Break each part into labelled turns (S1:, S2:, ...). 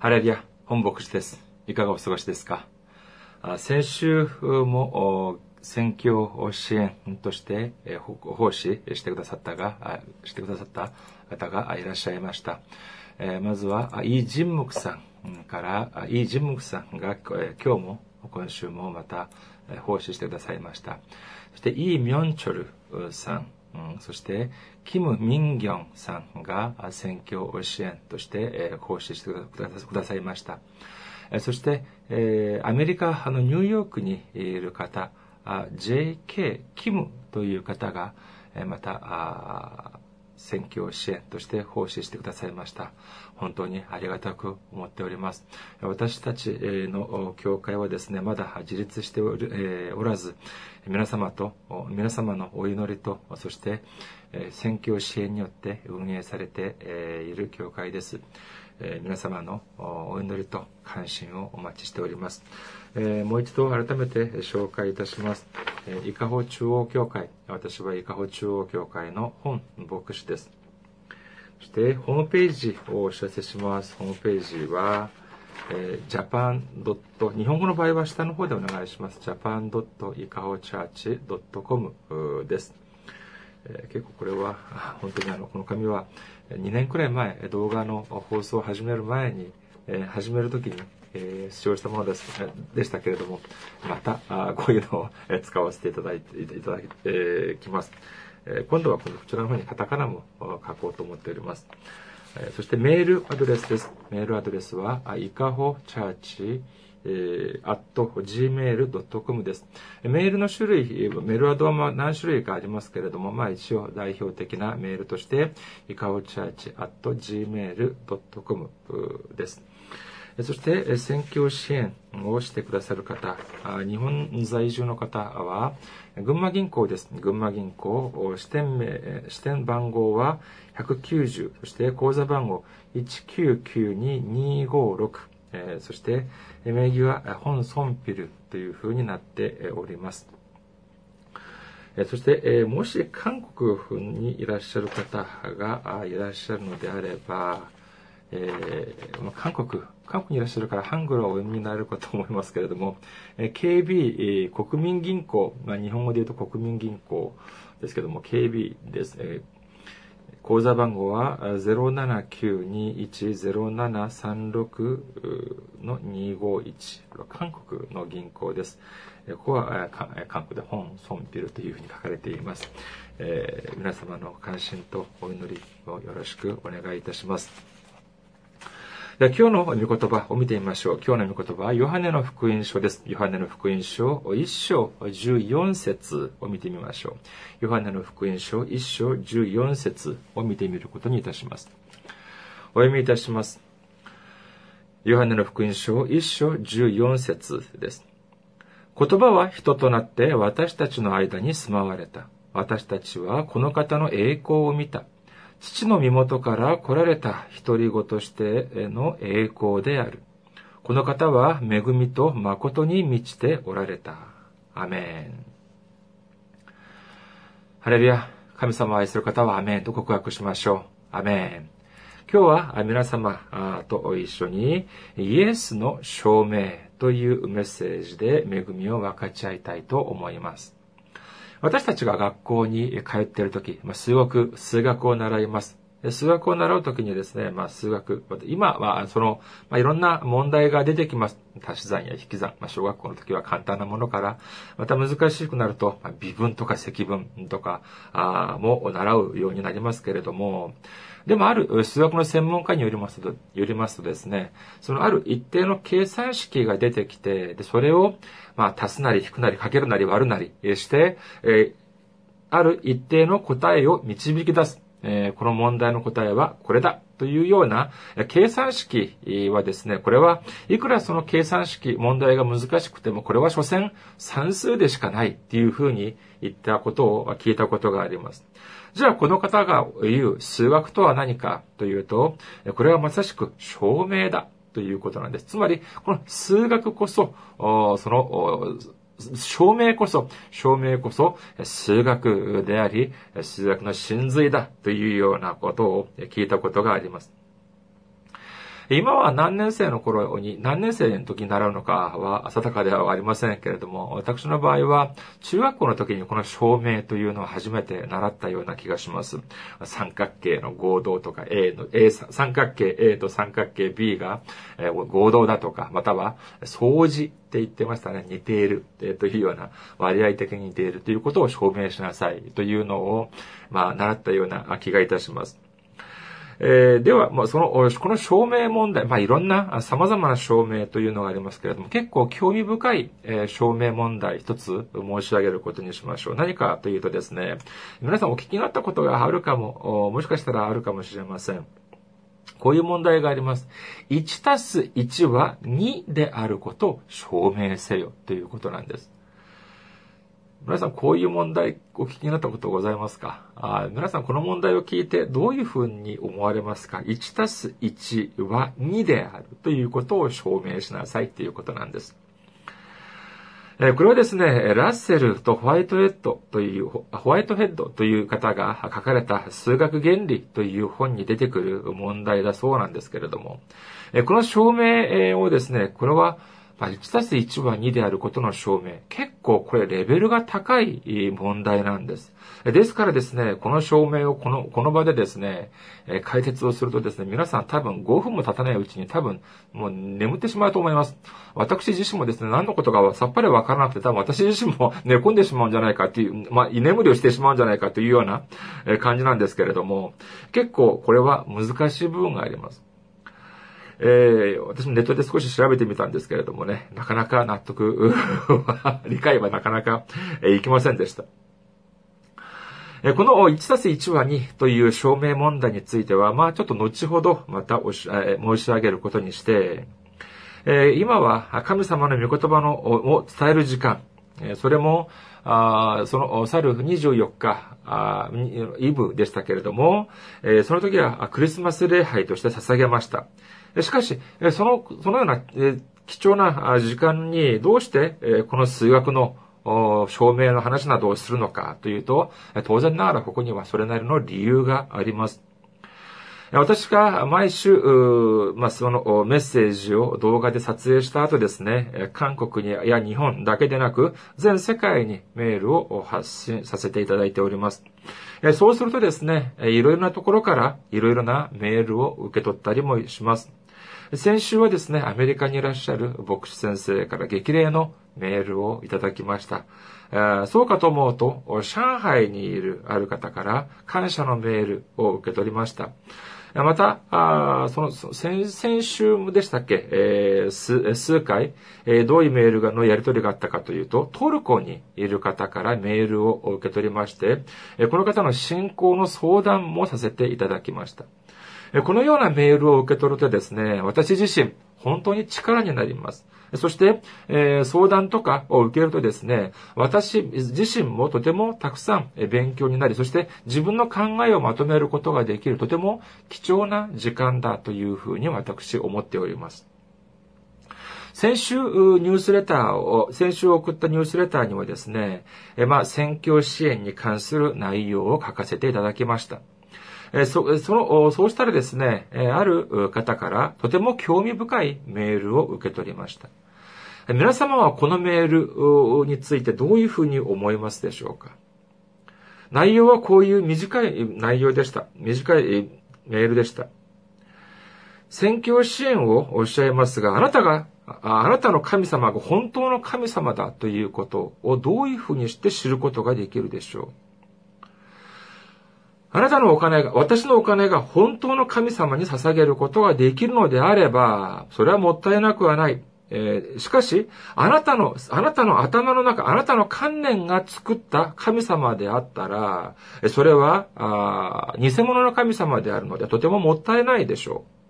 S1: ハレルヤ、本牧師です。いかがお過ごしですか？先週も宣教支援として奉仕してくださった方がいらっしゃいました。まずはイ・ジンムクさんから、イ・ジンムクさんが今週もまた奉仕してくださいました。そしてイ・ミョンチョルさん、そしてキム・ミンギョンさんが宣教支援として奉仕してくださいました。そしてアメリカニューヨークにいる方、J.K. キムという方がまた宣教支援として奉仕してくださいました。本当にありがたく思っております。私たちの教会はですね、まだ自立しておらず、皆様のお祈りと、そして宣教支援によって運営されている教会です。皆様のお祈りと関心をお待ちしております。もう一度改めて紹介いたします。伊香保中央教会、私は伊香保中央教会の本牧師です。そしてホームページをお知らせします。ホームページはjapan. 日本語の場合は下の方でお願いします。japan.ikahochurch.com です。結構これは本当にこの紙は2年くらい前、動画の放送を始める前に、始めるときに使用したものでしたけれども、またこういうのを使わせていただきます。今度はこちらの方にカタカナも書こうと思っております。そしてメールアドレスです。メールアドレスはikahochurch@gmail.com です。メールの種類、メールアドは何種類かありますけれども、一応代表的なメールとして、ikahochurch@gmail.com です。そして、宣教支援をしてくださる方、日本在住の方は、群馬銀行です。群馬銀行、支店番号は190、そして口座番号1992256、そして、名義は本ソンピルという風になっております。そして、もし韓国にいらっしゃる方がいらっしゃるのであれば、韓国にいらっしゃるからハングルをお読みになれるかと思いますけれども、KB、国民銀行、日本語で言うと国民銀行ですけども、KB です。口座番号は 079210736-251、韓国の銀行です。ここは韓国で本ソンピルというふうに書かれています。皆様の関心とお祈りをよろしくお願いいたします。では今日の御言葉を見てみましょう。今日の御言葉はヨハネの福音書です。ヨハネの福音書1章14節を見てみましょう。ヨハネの福音書1章14節を見てみることにいたします。お読みいたします。ヨハネの福音書1章14節です。言葉は人となって私たちの間に住まわれた。私たちはこの方の栄光を見た。父の身元から来られた独り子としての栄光である。この方は恵みと誠に満ちておられた。アメン。ハレルヤ。神様を愛する方はアメンと告白しましょう。アメン。今日は皆様と一緒にイエスの証明というメッセージで恵みを分かち合いたいと思います。私たちが学校に通っているとき、数学を習います。数学を習うときにですね、今はいろんな問題が出てきます。足し算や引き算。小学校の時は簡単なものから、また難しくなると、微分とか積分とか、も習うようになりますけれども、でもある数学の専門家によりますとですね、そのある一定の計算式が出てきて、でそれを足すなり引くなりかけるなり割るなりして、ある一定の答えを導き出す。この問題の答えはこれだというような計算式はですね、これはいくらその計算式問題が難しくても、これは所詮算数でしかないっていうふうに言ったことを聞いたことがあります。じゃあこの方が言う数学とは何かというと、これはまさしく証明だということなんです。つまりこの数学こそ証明こそ数学であり、数学の真髄だというようなことを聞いたことがあります。 今は何年生の時に習うのかは定かではありませんけれども、私の場合は中学校の時にこの証明というのを初めて習ったような気がします。三角形の合同とか三角形 A と三角形 B が合同だとか、または相似って言ってましたね。似ているというような、割合的に似ているということを証明しなさいというのを、習ったような気がいたします。では、この証明問題、いろんな様々な証明というのがありますけれども、結構興味深い、証明問題一つ申し上げることにしましょう。何かというとですね、皆さんお聞きになったことがあるかも、もしかしたらあるかもしれません。こういう問題があります。1たす1は2であることを証明せよということなんです。皆さんこういう問題お聞きになったことございますか？皆さんこの問題を聞いてどういうふうに思われますか？ 1 たす1は2であるということを証明しなさいということなんです。これはですね、ラッセルとホワイトヘッドという方が書かれた数学原理という本に出てくる問題だそうなんですけれども、この証明をですね、これは1たす1は2であることの証明。結構これレベルが高い問題なんです。ですからですね、この証明をこの場でですね、解説をするとですね、皆さん多分5分も経たないうちに多分もう眠ってしまうと思います。私自身もですね、何のことかさっぱりわからなくて多分私自身も寝込んでしまうんじゃないかっていう、居眠りをしてしまうんじゃないかというような感じなんですけれども、結構これは難しい部分があります。私もネットで少し調べてみたんですけれどもね、なかなか納得理解はなかなかいきませんでした。この 1+1 は2という証明問題については、ちょっと後ほどまた申し上げることにして、今は神様の御言葉を伝える時間、それも、その去る24日、イブでしたけれども、その時はクリスマス礼拝として捧げました。しかし、そのような貴重な時間にどうしてこの数学の証明の話などをするのかというと、当然ながらここにはそれなりの理由があります。私が毎週、そのメッセージを動画で撮影した後ですね、韓国にや日本だけでなく、全世界にメールを発信させていただいております。そうするとですね、いろいろなところからいろいろなメールを受け取ったりもします。先週はですね、アメリカにいらっしゃる牧師先生から激励のメールをいただきました。そうかと思うと、上海にいるある方から感謝のメールを受け取りました。また、先週でしたっけ、数回、どういうメールのやり取りがあったかというと、トルコにいる方からメールを受け取りまして、この方の信仰の相談もさせていただきました。このようなメールを受け取るとですね、私自身、本当に力になります。そして、相談とかを受けるとですね、私自身もとてもたくさん勉強になり、そして自分の考えをまとめることができる、とても貴重な時間だというふうに私思っております。先週送ったニュースレターにはですね、宣教支援に関する内容を書かせていただきました。そうしたらですね、ある方からとても興味深いメールを受け取りました。皆様はこのメールについてどういうふうに思いますでしょうか？内容はこういう短い内容でした。短いメールでした。宣教支援をおっしゃいますが、あなたの神様が本当の神様だということをどういうふうにして知ることができるでしょう？私のお金が本当の神様に捧げることができるのであれば、それはもったいなくはない。しかし、あなたの頭の中、あなたの観念が作った神様であったら、それは、偽物の神様であるので、とてももったいないでしょう。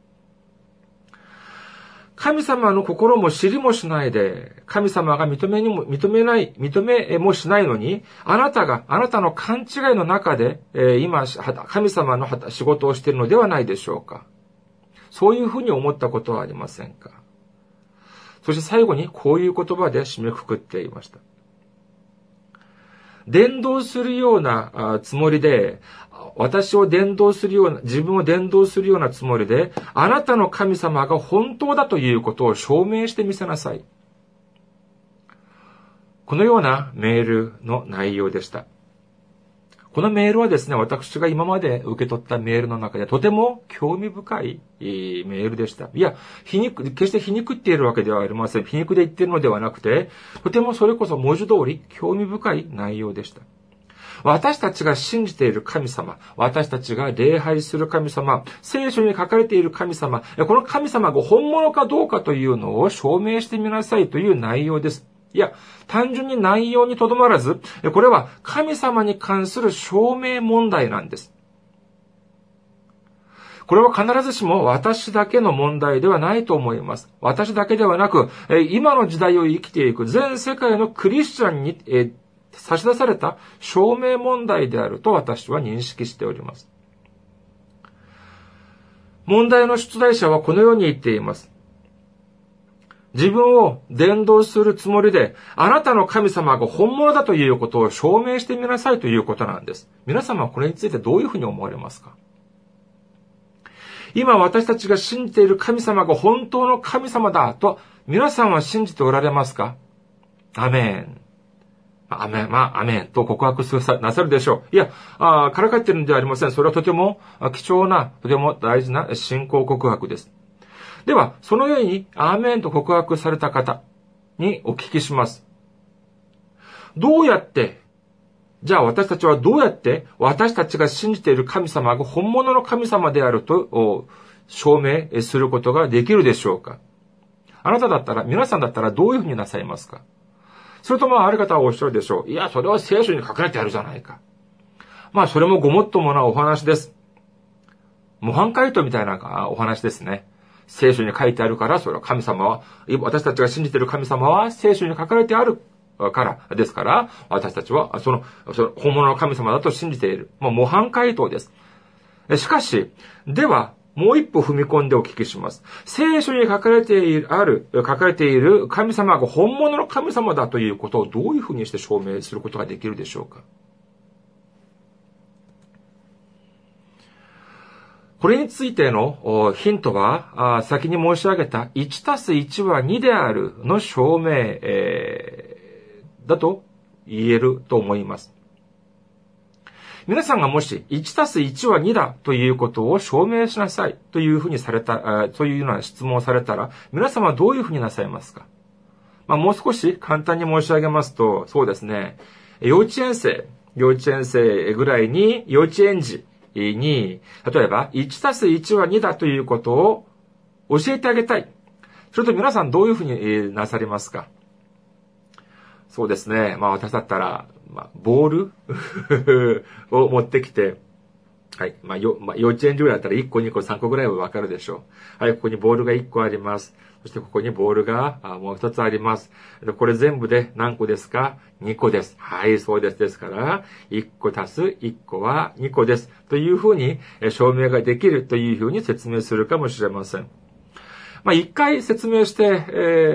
S1: 神様の心も知りもしないで、神様が認めもしないのに、あなたの勘違いの中で、今、神様の仕事をしているのではないでしょうか。そういうふうに思ったことはありませんか。そして最後にこういう言葉で締めくくっていました。 伝道するようなつもりで、私を伝道するような、自分を伝道するようなつもりで、あなたの神様が本当だということを証明してみせなさい。このようなメールの内容でした。このメールはですね、私が今まで受け取ったメールの中でとても興味深いメールでした。いや、決して皮肉っているわけではありません。皮肉で言っているのではなくて、とてもそれこそ文字通り興味深い内容でした。私たちが信じている神様、私たちが礼拝する神様、聖書に書かれている神様、この神様が本物かどうかというのを証明してみなさいという内容です。いや、単純に内容にとどまらず、これは神様に関する証明問題なんです。これは必ずしも私だけの問題ではないと思います。私だけではなく、今の時代を生きていく全世界のクリスチャンに、差し出された証明問題であると私は認識しております。問題の出題者はこのように言っています。自分を伝道するつもりで、あなたの神様が本物だということを証明してみなさいということなんです。皆様はこれについてどういうふうに思われますか？今私たちが信じている神様が本当の神様だと皆さんは信じておられますか？アメン。アメンと告白なさるでしょう。いや、からかっているのではありません。それはとても貴重な、とても大事な信仰告白です。では、そのように、アーメンと告白された方にお聞きします。じゃあ私たちはどうやって私たちが信じている神様が本物の神様であると証明することができるでしょうか？皆さんだったらどういうふうになさいますか？それとある方はおっしゃるでしょう。いや、それは聖書に書かれてあるじゃないか。それもごもっともなお話です。模範解答みたいなお話ですね。聖書に書いてあるから、それは私たちが信じている神様は聖書に書かれてあるからですから、私たちはその本物の神様だと信じている。模範解答です。しかし、では、もう一歩踏み込んでお聞きします。聖書に書かれている神様が本物の神様だということをどういうふうにして証明することができるでしょうか？これについてのヒントは、先に申し上げた 1+1 は2であるの証明、だと言えると思います。皆さんがもし 1+1 は2だということを証明しなさいというふうにそういうような質問をされたら、皆様はどういうふうになさいますか？もう少し簡単に申し上げますと、そうですね、幼稚園生ぐらいに、幼稚園児に、例えば 1+1 は2だということを教えてあげたい。それと皆さんどういうふうになされますか？そうですね、私だったら、ボールを持ってきて、はい。幼稚園児ぐらいだったら1個、2個、3個ぐらいはわかるでしょう。はい、ここにボールが1個あります。そしてここにボールがもう1つあります。これ全部で何個ですか？ 2 個です。はい、そうです。ですから、1個足す1個は2個です。というふうに証明ができるというふうに説明するかもしれません。1回説明して、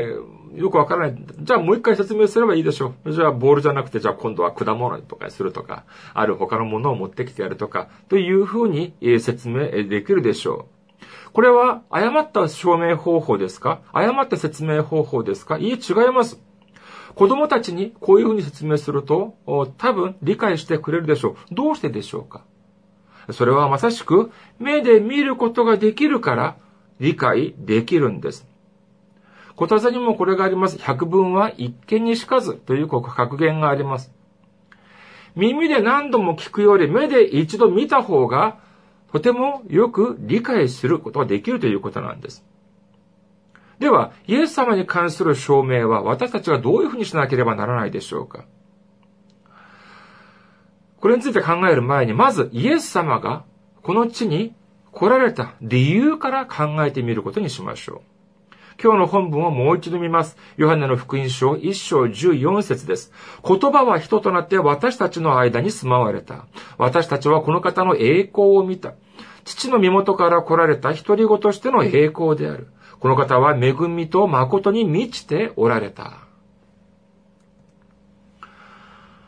S1: よくわからない。じゃあもう1回説明すればいいでしょう。じゃあボールじゃなくて、じゃあ今度は果物とかするとか、ある他のものを持ってきてやるとか、というふうに説明できるでしょう。これは誤った証明方法ですか？誤った説明方法ですか？いいえ、違います。子供たちにこういうふうに説明すると、多分理解してくれるでしょう。どうしてでしょうか？それはまさしく目で見ることができるから理解できるんです。ことわざにもこれがあります。百聞は一見にしかずという格言があります。耳で何度も聞くより目で一度見た方がとてもよく理解することができるということなんです。では、イエス様に関する証明は私たちがどういうふうにしなければならないでしょうか？これについて考える前に、まずイエス様がこの地に来られた理由から考えてみることにしましょう。今日の本文をもう一度見ます。ヨハネの福音書1章14節です。言葉は人となって私たちの間に住まわれた。私たちはこの方の栄光を見た。父の身元から来られた独り子としての栄光である。この方は恵みと誠に満ちておられた。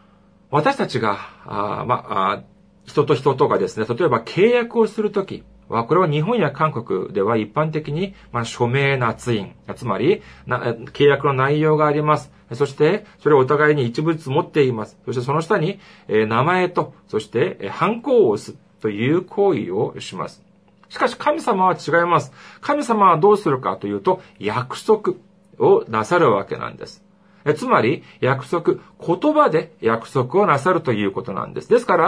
S1: 私たちが、人と人とがですね、例えば契約をするときは、これは日本や韓国では一般的に、署名捺印、つまり契約の内容があります。そして、それをお互いに一部ずつ持っています。そしてその下に、名前と、そして、ハンコを押すという行為をします。しかし神様は違います。神様はどうするかというと、約束をなさるわけなんです。つまり、約束、言葉で約束をなさるということなんです。ですから、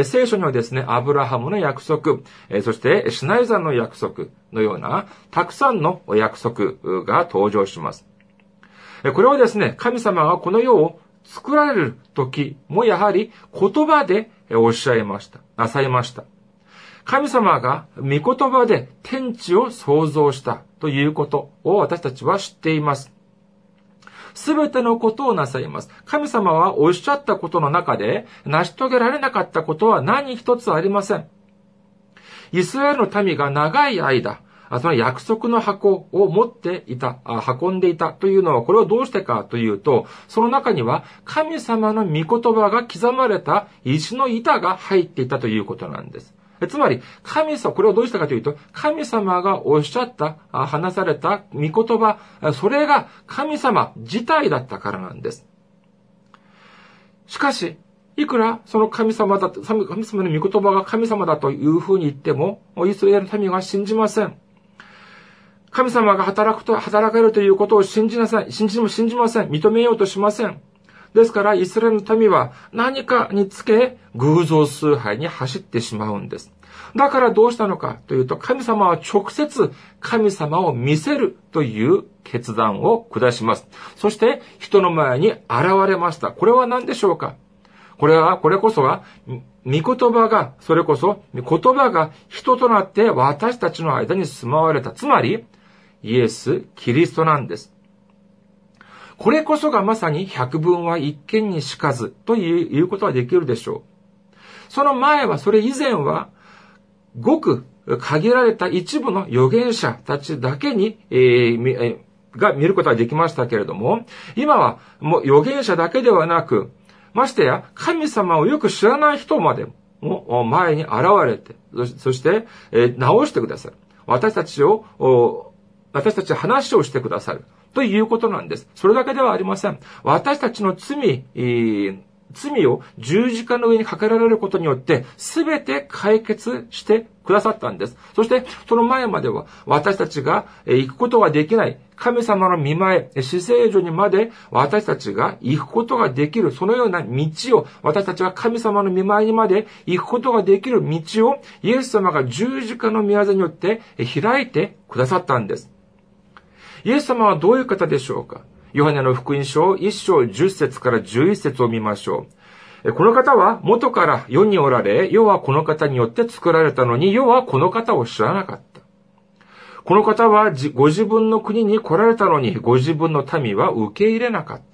S1: 聖書にはですね、アブラハムの約束、そしてシナイ山の約束のような、たくさんの約束が登場します。これはですね、神様がこの世を作られる時もやはり言葉でおっしゃいました。なさいました。神様が御言葉で天地を創造したということを私たちは知っています。すべてのことをなさいます。神様はおっしゃったことの中で成し遂げられなかったことは何一つありません。イスラエルの民が長い間、その約束の箱を持っていた、運んでいたというのは、これをどうしてかというと、その中には神様の御言葉が刻まれた石の板が入っていたということなんです。つまり、これをどうしたかというと、神様がおっしゃった、話された御言葉、それが神様自体だったからなんです。しかし、いくらその神様の御言葉が神様だというふうに言っても、イスラエルの民は信じません。神様が働けるということを信じません。認めようとしません。ですから、イスラエルの民は何かにつけ、偶像崇拝に走ってしまうんです。だからどうしたのかというと、神様は直接神様を見せるという決断を下します。そして、人の前に現れました。これは何でしょうか？これこそが、言葉が人となって私たちの間に住まわれた。つまり、イエス・キリストなんです。これこそがまさに百聞は一見にしかずということができるでしょう。それ以前は、ごく限られた一部の預言者たちだけに、が見ることができましたけれども、今はもう預言者だけではなく、ましてや神様をよく知らない人までも前に現れて、そして、直してくださる。私たち話をしてくださる。ということなんです。それだけではありません。私たちの罪を十字架の上にかけられることによって、すべて解決してくださったんです。そして、その前までは、私たちが行くことができない、神様の御前、至聖所にまで私たちが行くことができる、そのような道を、私たちが神様の御前にまで行くことができる道を、イエス様が十字架の御業によって開いてくださったんです。イエス様はどういう方でしょうか？ヨハネの福音書1章10節から11節を見ましょう。この方は元から世におられ、世はこの方によって作られたのに、世はこの方を知らなかった。この方はご自分の国に来られたのに、ご自分の民は受け入れなかった。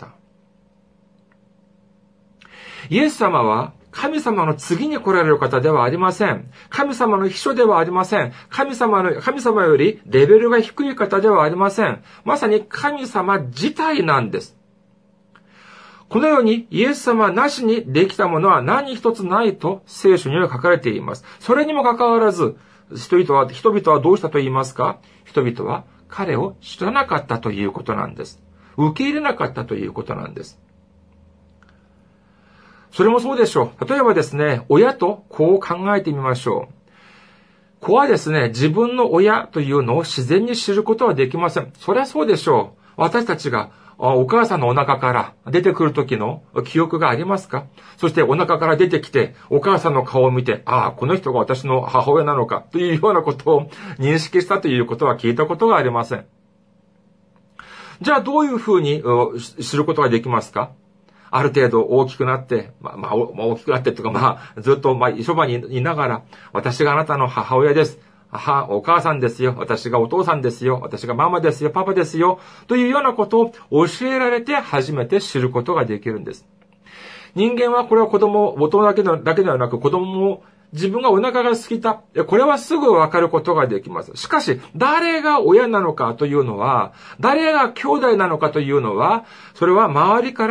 S1: イエス様は神様の次に来られる方ではありません。神様の秘書ではありません。神様よりレベルが低い方ではありません。まさに神様自体なんです。このようにイエス様なしにできたものは何一つないと聖書には書かれています。それにもかかわらず、人々はどうしたと言いますか？人々は彼を知らなかったということなんです。受け入れなかったということなんです。それもそうでしょう。例えばですね、親と子を考えてみましょう。子はですね、自分の親というのを自然に知ることはできません。そりゃそうでしょう。私たちがお母さんのお腹から出てくる時の記憶がありますか？そしてお腹から出てきて、お母さんの顔を見て、この人が私の母親なのかというようなことを認識したということは聞いたことがありません。じゃあどういうふうに知ることができますか？ある程度大きくなって、大きくなってとか、ずっと、そばにいながら、私があなたの母親です。お母さんですよ。私がお父さんですよ。私がママですよ。パパですよ。というようなことを教えられて初めて知ることができるんです。人間はこれは大人だけではなく子供も自分がお腹が空いた。これはすぐわかることができます。しかし、誰が親なのかというのは、誰が兄弟なのかというのは、それは周りから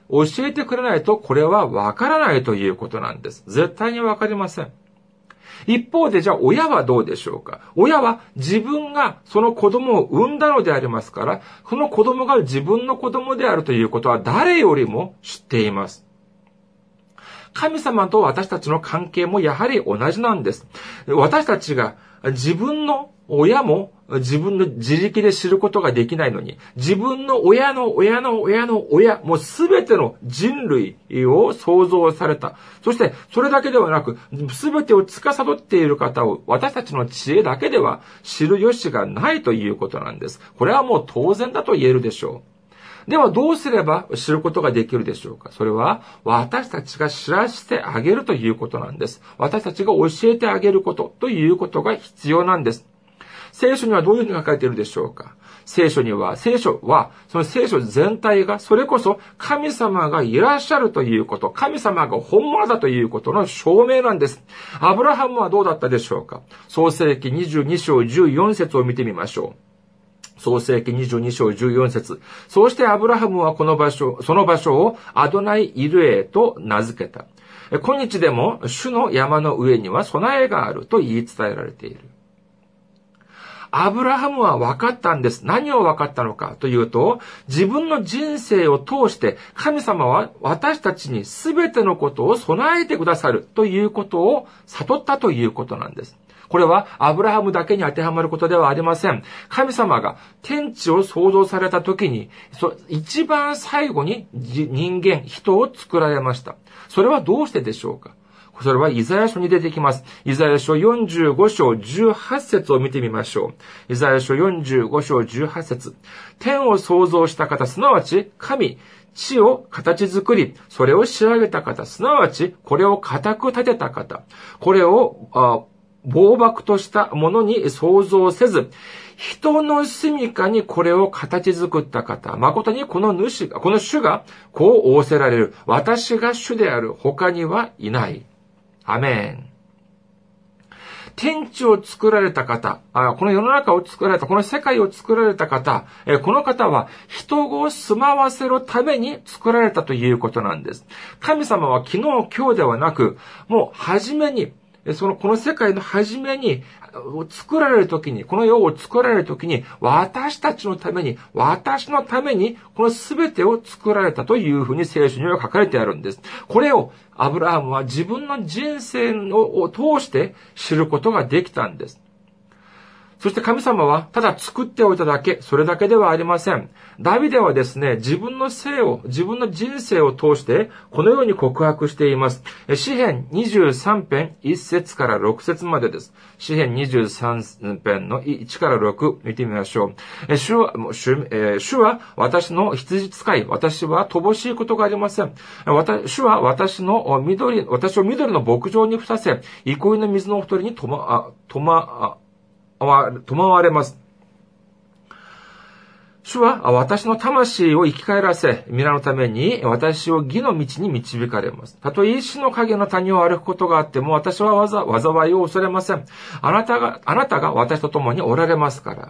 S1: 教えてくれないとこれはわからないということなんです。絶対にわかりません。一方でじゃあ親はどうでしょうか。親は自分がその子供を産んだのでありますから、その子供が自分の子供であるということは誰よりも知っています。神様と私たちの関係もやはり同じなんです。私たちが自分の親も自分の自力で知ることができないのに、自分の親の親の親の親、もうすべての人類を創造された。そしてそれだけではなく、すべてを司っている方を私たちの知恵だけでは知る由がないということなんです。これはもう当然だと言えるでしょう。ではどうすれば知ることができるでしょうか。それは私たちが知らせてあげるということなんです。私たちが教えてあげることということが必要なんです。聖書にはどういうふうに書かれているでしょうか。聖書は、その聖書全体が、それこそ神様がいらっしゃるということ、神様が本物だということの証明なんです。アブラハムはどうだったでしょうか。創世記22章14節を見てみましょう。創世記22章14節。そうしてアブラハムはその場所をアドナイ・イルエと名付けた。今日でも主の山の上には備えがあると言い伝えられている。アブラハムは分かったんです。何を分かったのかというと、自分の人生を通して神様は私たちに全てのことを備えてくださるということを悟ったということなんです。これはアブラハムだけに当てはまることではありません。神様が天地を創造された時に、一番最後に人を作られました。それはどうしてでしょうか。それはイザヤ書に出てきます。イザヤ書45章18節を見てみましょう。イザヤ書45章18節。天を創造した方、すなわち神、地を形作り、それを仕上げた方、すなわちこれを固く立てた方、これを暴漠としたものに創造せず、人の住処にこれを形作った方、誠にこの主がこう仰せられる。私が主である。他にはいない。アメン。天地を作られた方、この世の中を作られた、この世界を作られた方、この方は人を住まわせるために作られたということなんです。神様は昨日今日ではなく、もう初めに、この世界の初めに作られるときに、この世を作られるときに、私のために、この全てを作られたというふうに聖書には書かれてあるんです。これをアブラハムは自分の人生を通して知ることができたんです。そして神様はただ作っておいただけ、それだけではありません。ダビデはですね、自分の人生を通して、このように告白しています。詩編23編1節から6節までです。詩編23編の1から6見てみましょう。主は私の羊使い、私は乏しいことがありません。主は私を緑の牧場にふさせ、憩いの水のほとりに止まわれます。主は私の魂を生き返らせ、皆のために私を義の道に導かれます。たとえ死の影の谷を歩くことがあっても、私は災いを恐れません。あなたが私と共におられますから。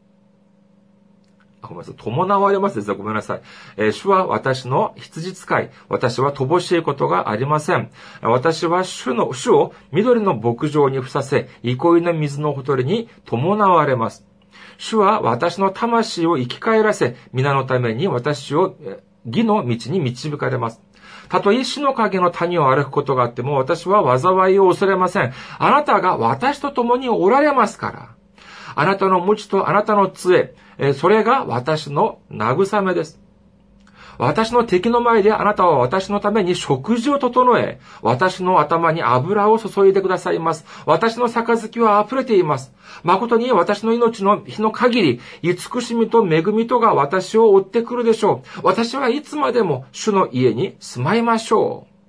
S1: 伴われますですね。ごめんなさい。主は私の羊使い。私は乏しいことがありません。私は主を緑の牧場にふさせ、憩いの水のほとりに伴われます。主は私の魂を生き返らせ、皆のために私を義の道に導かれます。たとえ死の影の谷を歩くことがあっても、私は災いを恐れません。あなたが私と共におられますから。あなたの無知とあなたの杖、それが私の慰めです。私の敵の前であなたは私のために食事を整え、私の頭に油を注いでくださいます。私の杯は溢れています。誠に私の命の日の限り、慈しみと恵みとが私を追ってくるでしょう。私はいつまでも主の家に住まいましょう。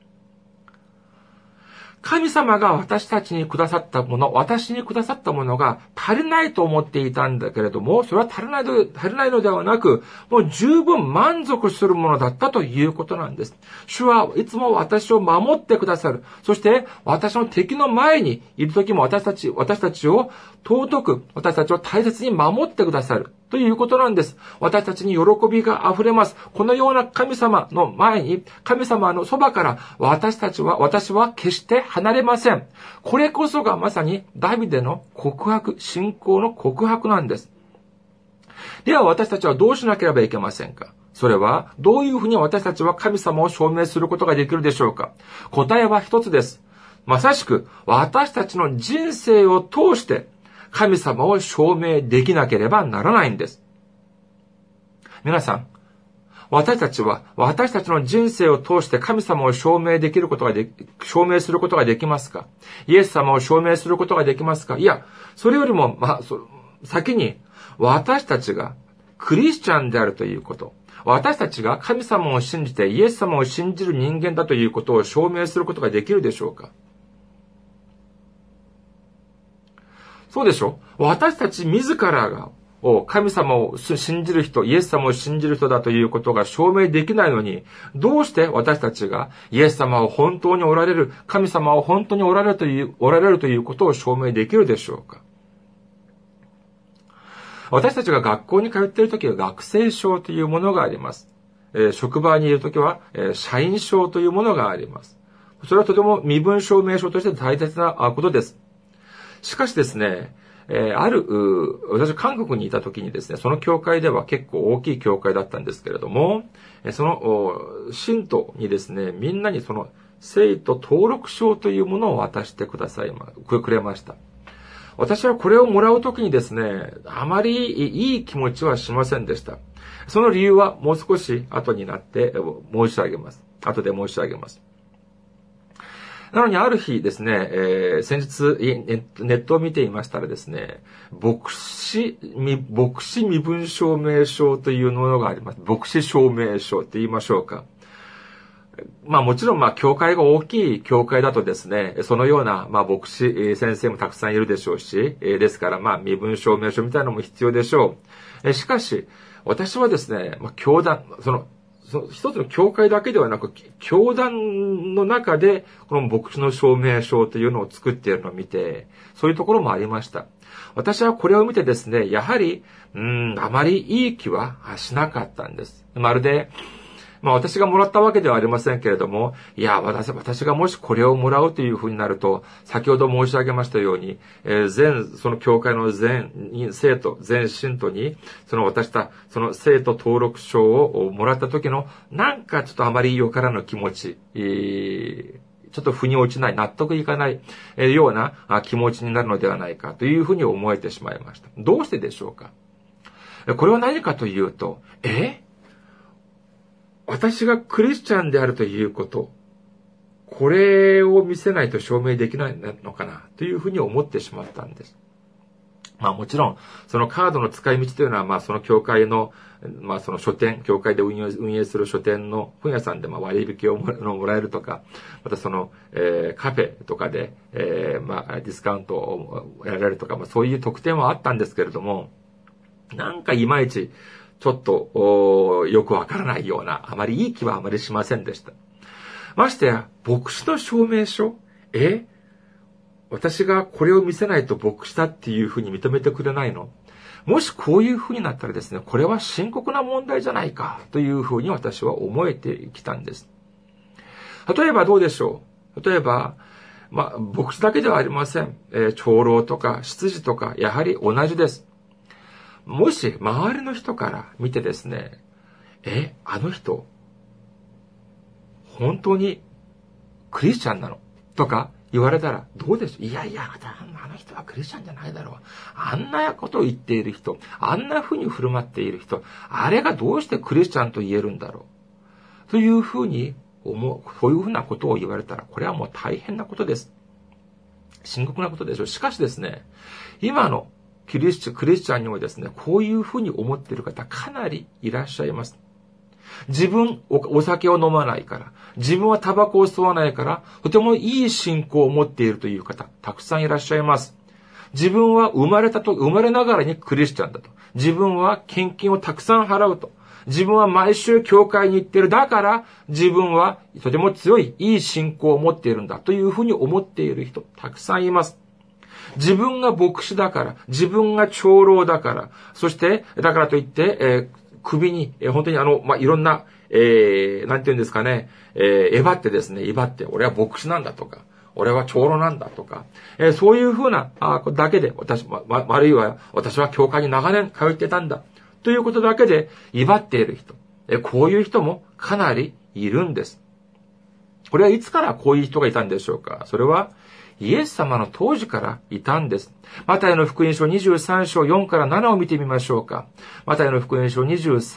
S1: 神様が私にくださったものが足りないと思っていたんだけれども、それは足りないのではなく、もう十分満足するものだったということなんです。主はいつも私を守ってくださる。そして私の敵の前にいるときも私たちを尊く、私たちを大切に守ってくださるということなんです。私たちに喜びが溢れます。このような神様の前に、神様のそばから私は決して離れません。これこそがまさにダビデの告白、信仰の告白なんです。では私たちはどうしなければいけませんか？それはどういうふうに私たちは神様を証明することができるでしょうか？答えは一つです。まさしく私たちの人生を通して神様を証明できなければならないんです。皆さん、私たちは私たちの人生を通して神様を証明することができますか？イエス様を証明することができますか？いや、それよりも、先に私たちがクリスチャンであるということ、私たちが神様を信じてイエス様を信じる人間だということを証明することができるでしょうか？そうでしょ？私たち自らが神様を信じる人、イエス様を信じる人だということが証明できないのに、どうして私たちがイエス様を本当におられる、神様を本当におられるということを証明できるでしょうか？私たちが学校に通っているときは学生証というものがあります。職場にいるときは社員証というものがあります。それはとても身分証明書として大切なことです。しかしですね、私韓国にいた時にですね、その教会では結構大きい教会だったんですけれども、その信徒にですね、みんなにその生徒登録証というものを渡してくれました。私はこれをもらう時にですね、あまりいい気持ちはしませんでした。その理由はもう少し後で申し上げます。なのにある日ですね、先日ネットを見ていましたらですね、牧師身分証明書というものがあります。牧師証明書って言いましょうか。もちろん教会が大きい教会だとですね、そのような牧師先生もたくさんいるでしょうし、ですから身分証明書みたいなのも必要でしょう。しかし私はですね、教団一つの教会だけではなく、教団の中で、この牧師の証明書というのを作っているのを見て、そういうところもありました。私はこれを見てですね、やはり、あまりいい気はしなかったんです。まるで、私がもらったわけではありませんけれども、いや、私がもしこれをもらうというふうになると、先ほど申し上げましたように、その教会の全信徒に、渡した、その生徒登録証をもらった時の、なんかちょっとあまりよからぬ気持ち、ちょっと腑に落ちない、納得いかないような気持ちになるのではないかというふうに思えてしまいました。どうしてでしょうか？これは何かというと、私がクリスチャンであるということ、これを見せないと証明できないのかなというふうに思ってしまったんです。もちろん、そのカードの使い道というのは、その教会の、その書店、教会で運営する書店の本屋さんで割引をもらえるとか、またその、カフェとかで、ディスカウントをやられるとか、そういう特典はあったんですけれども、なんかいまいち、ちょっと、よくわからないような、あまりいい気はあまりしませんでした。ましてや、牧師の証明書？私がこれを見せないと牧師だっていうふうに認めてくれないの？もしこういうふうになったらですね、これは深刻な問題じゃないかというふうに私は思えてきたんです。例えばどうでしょう？例えば、牧師だけではありません。長老とか執事とか、やはり同じです。もし周りの人から見てですね、あの人、本当にクリスチャンなの？とか言われたらどうでしょう？いや、あの人はクリスチャンじゃないだろう。あんなことを言っている人、あんな風に振る舞っている人、あれがどうしてクリスチャンと言えるんだろう。というふうにそういうふうなことを言われたら、これはもう大変なことです。深刻なことでしょう。しかしですね、今のクリスチャンにもですね、こういうふうに思っている方かなりいらっしゃいます。自分、お酒を飲まないから、自分はタバコを吸わないから、とてもいい信仰を持っているという方、たくさんいらっしゃいます。自分は生まれながらにクリスチャンだと。自分は献金をたくさん払うと。自分は毎週教会に行っている。だから、自分はとても強い、いい信仰を持っているんだというふうに思っている人、たくさんいます。 自分が牧師だから、自分が長老だから、そして、だからといって、首に、本当にいろんな、なんて言うんですかね、威張って、俺は牧師なんだとか、俺は長老なんだとか、そういうふうな、だけで、あるいは私は教会に長年通ってたんだ、ということだけで威張っている人、こういう人もかなりいるんです。これはいつからこういう人がいたんでしょうか。それは、イエス様の当時からいたんです。マタイの福音書23章4から7を見てみましょうか。マタイの福音書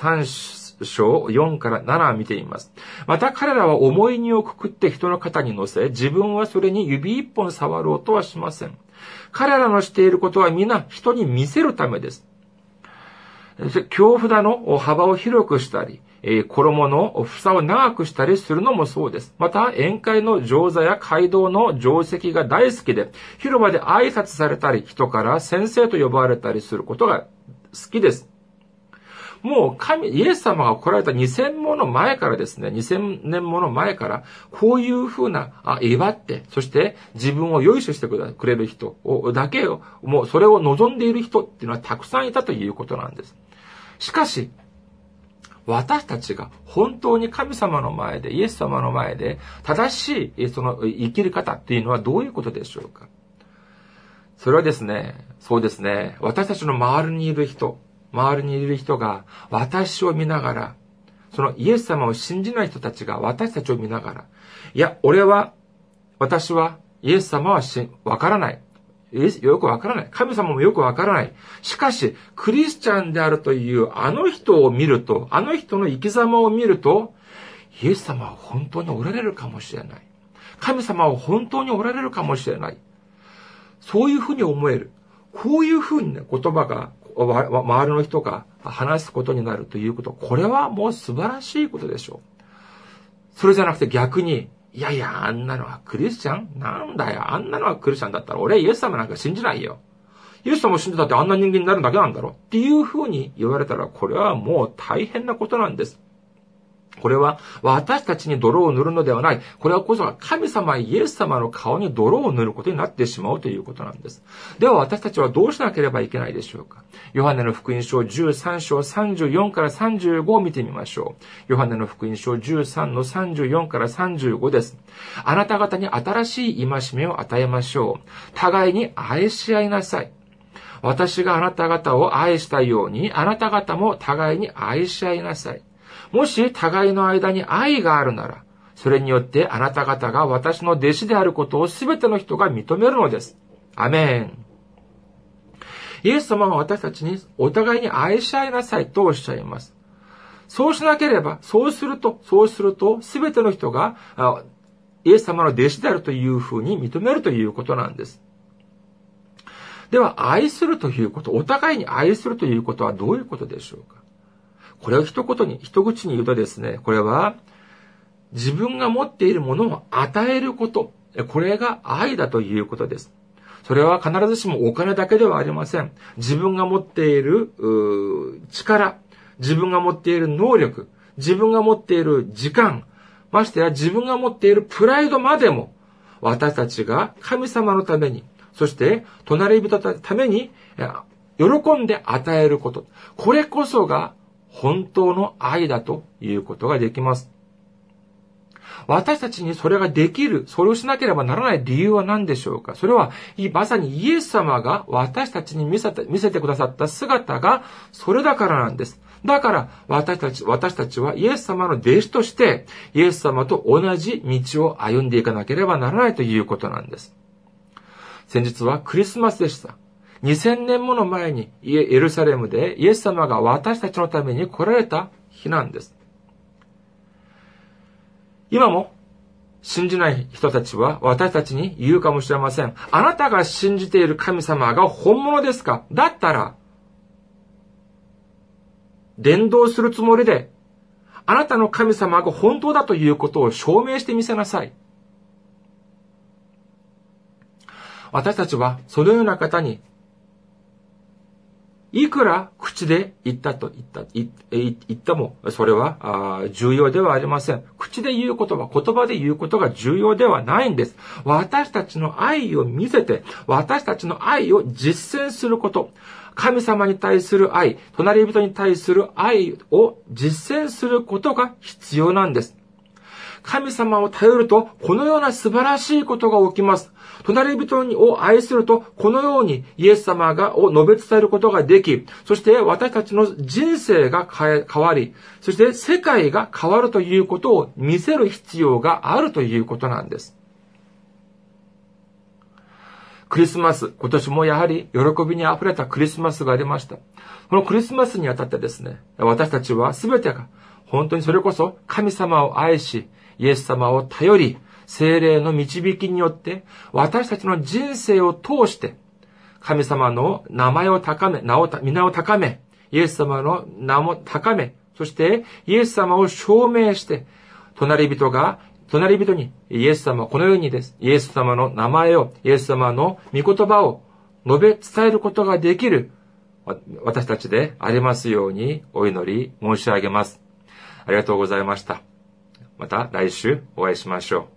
S1: 23章4から7を見てみます。また彼らは重い荷をくくって人の肩に乗せ、自分はそれに指一本触ろうとはしません。彼らのしていることは皆人に見せるためです。京札の幅を広くしたり、衣の房を長くしたりするのもそうです。また、宴会の上座や街道の定石が大好きで、広場で挨拶されたり、人から先生と呼ばれたりすることが好きです。もうイエス様が来られた2000もの前からですね、2000年もの前から、こういうふうな、威張って、そして自分を良いししてくれる人だけを、もうそれを望んでいる人っていうのはたくさんいたということなんです。しかし、私たちが本当に神様の前で、イエス様の前で、正しいその生きる方っていうのはどういうことでしょうか。それはですね、そうですね、私たちの周りにいる人が私を見ながら、そのイエス様を信じない人たちが私たちを見ながら、いや、私はイエス様はわからない。よくわからない。神様もよくわからない。しかし、クリスチャンであるというあの人を見ると、あの人の生き様を見ると、イエス様は本当におられるかもしれない。神様は本当におられるかもしれない。そういうふうに思える。こういうふうにね、言葉が、周りの人が話すことになるということ。これはもう素晴らしいことでしょう。それじゃなくて逆に、いやいや、あんなのはクリスチャンなんだよ。あんなのはクリスチャンだったら、俺イエス様なんか信じないよ。イエス様を信じたってあんな人間になるだけなんだろっていうふうに言われたら、これはもう大変なことなんです。これは私たちに泥を塗るのではない。これはこそが神様イエス様の顔に泥を塗ることになってしまうということなんです。では私たちはどうしなければいけないでしょうか。ヨハネの福音書13章34から35を見てみましょう。ヨハネの福音書13の34から35です。あなた方に新しい戒めを与えましょう。互いに愛し合いなさい。私があなた方を愛したように、あなた方も互いに愛し合いなさい。もし互いの間に愛があるなら、それによってあなた方が私の弟子であることをすべての人が認めるのです。アメン。イエス様は私たちにお互いに愛し合いなさいとおっしゃいます。そうしなければ、そうすると、すべての人がイエス様の弟子であるというふうに認めるということなんです。では、愛するということ、お互いに愛するということはどういうことでしょうか。これを一口に言うとですね、これは自分が持っているものを与えること、これが愛だということです。それは必ずしもお金だけではありません。自分が持っている力、自分が持っている能力、自分が持っている時間、ましてや自分が持っているプライドまでも、私たちが神様のために、そして隣人のために喜んで与えること、これこそが本当の愛だということができます。私たちにそれができる、それをしなければならない理由は何でしょうか。それは、まさにイエス様が私たちに見せてくださった姿がそれだからなんです。だから私たちはイエス様の弟子として、イエス様と同じ道を歩んでいかなければならないということなんです。先日はクリスマスでした。2000年もの前にエルサレムでイエス様が私たちのために来られた日なんです。今も信じない人たちは私たちに言うかもしれません。あなたが信じている神様が本物ですか？だったら、伝道するつもりで、あなたの神様が本当だということを証明してみせなさい。私たちはそのような方にいくら口で言ったも、それは重要ではありません。口で言うことは、言葉で言うことが重要ではないんです。私たちの愛を見せて、私たちの愛を実践すること。神様に対する愛、隣人に対する愛を実践することが必要なんです。神様を頼ると、このような素晴らしいことが起きます。隣人を愛すると、このようにイエス様を述べ伝えることができ、そして私たちの人生が変わり、そして世界が変わるということを見せる必要があるということなんです。クリスマス、今年もやはり喜びにあふれたクリスマスがありました。このクリスマスにあたってですね、私たちは全てが本当にそれこそ神様を愛し、イエス様を頼り、聖霊の導きによって、私たちの人生を通して、神様の名前を高め、皆を高め、イエス様の名も高め、そしてイエス様を証明して、隣人にイエス様はこのようにです。イエス様の名前を、イエス様の御言葉を述べ伝えることができる私たちでありますようにお祈り申し上げます。ありがとうございました。また来週お会いしましょう。